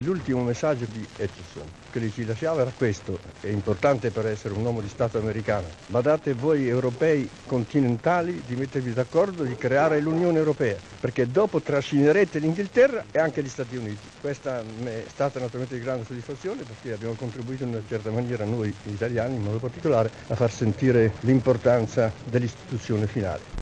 L'ultimo messaggio di Acheson che ci lasciava era questo: è importante per essere un uomo di Stato americano, badate voi europei continentali di mettervi d'accordo di creare l'Unione Europea, perché dopo trascinerete l'Inghilterra e anche gli Stati Uniti. Questa è stata naturalmente di grande soddisfazione, perché abbiamo contribuito in una certa maniera, noi italiani in modo particolare, a far sentire l'importanza dell'istituzione finale.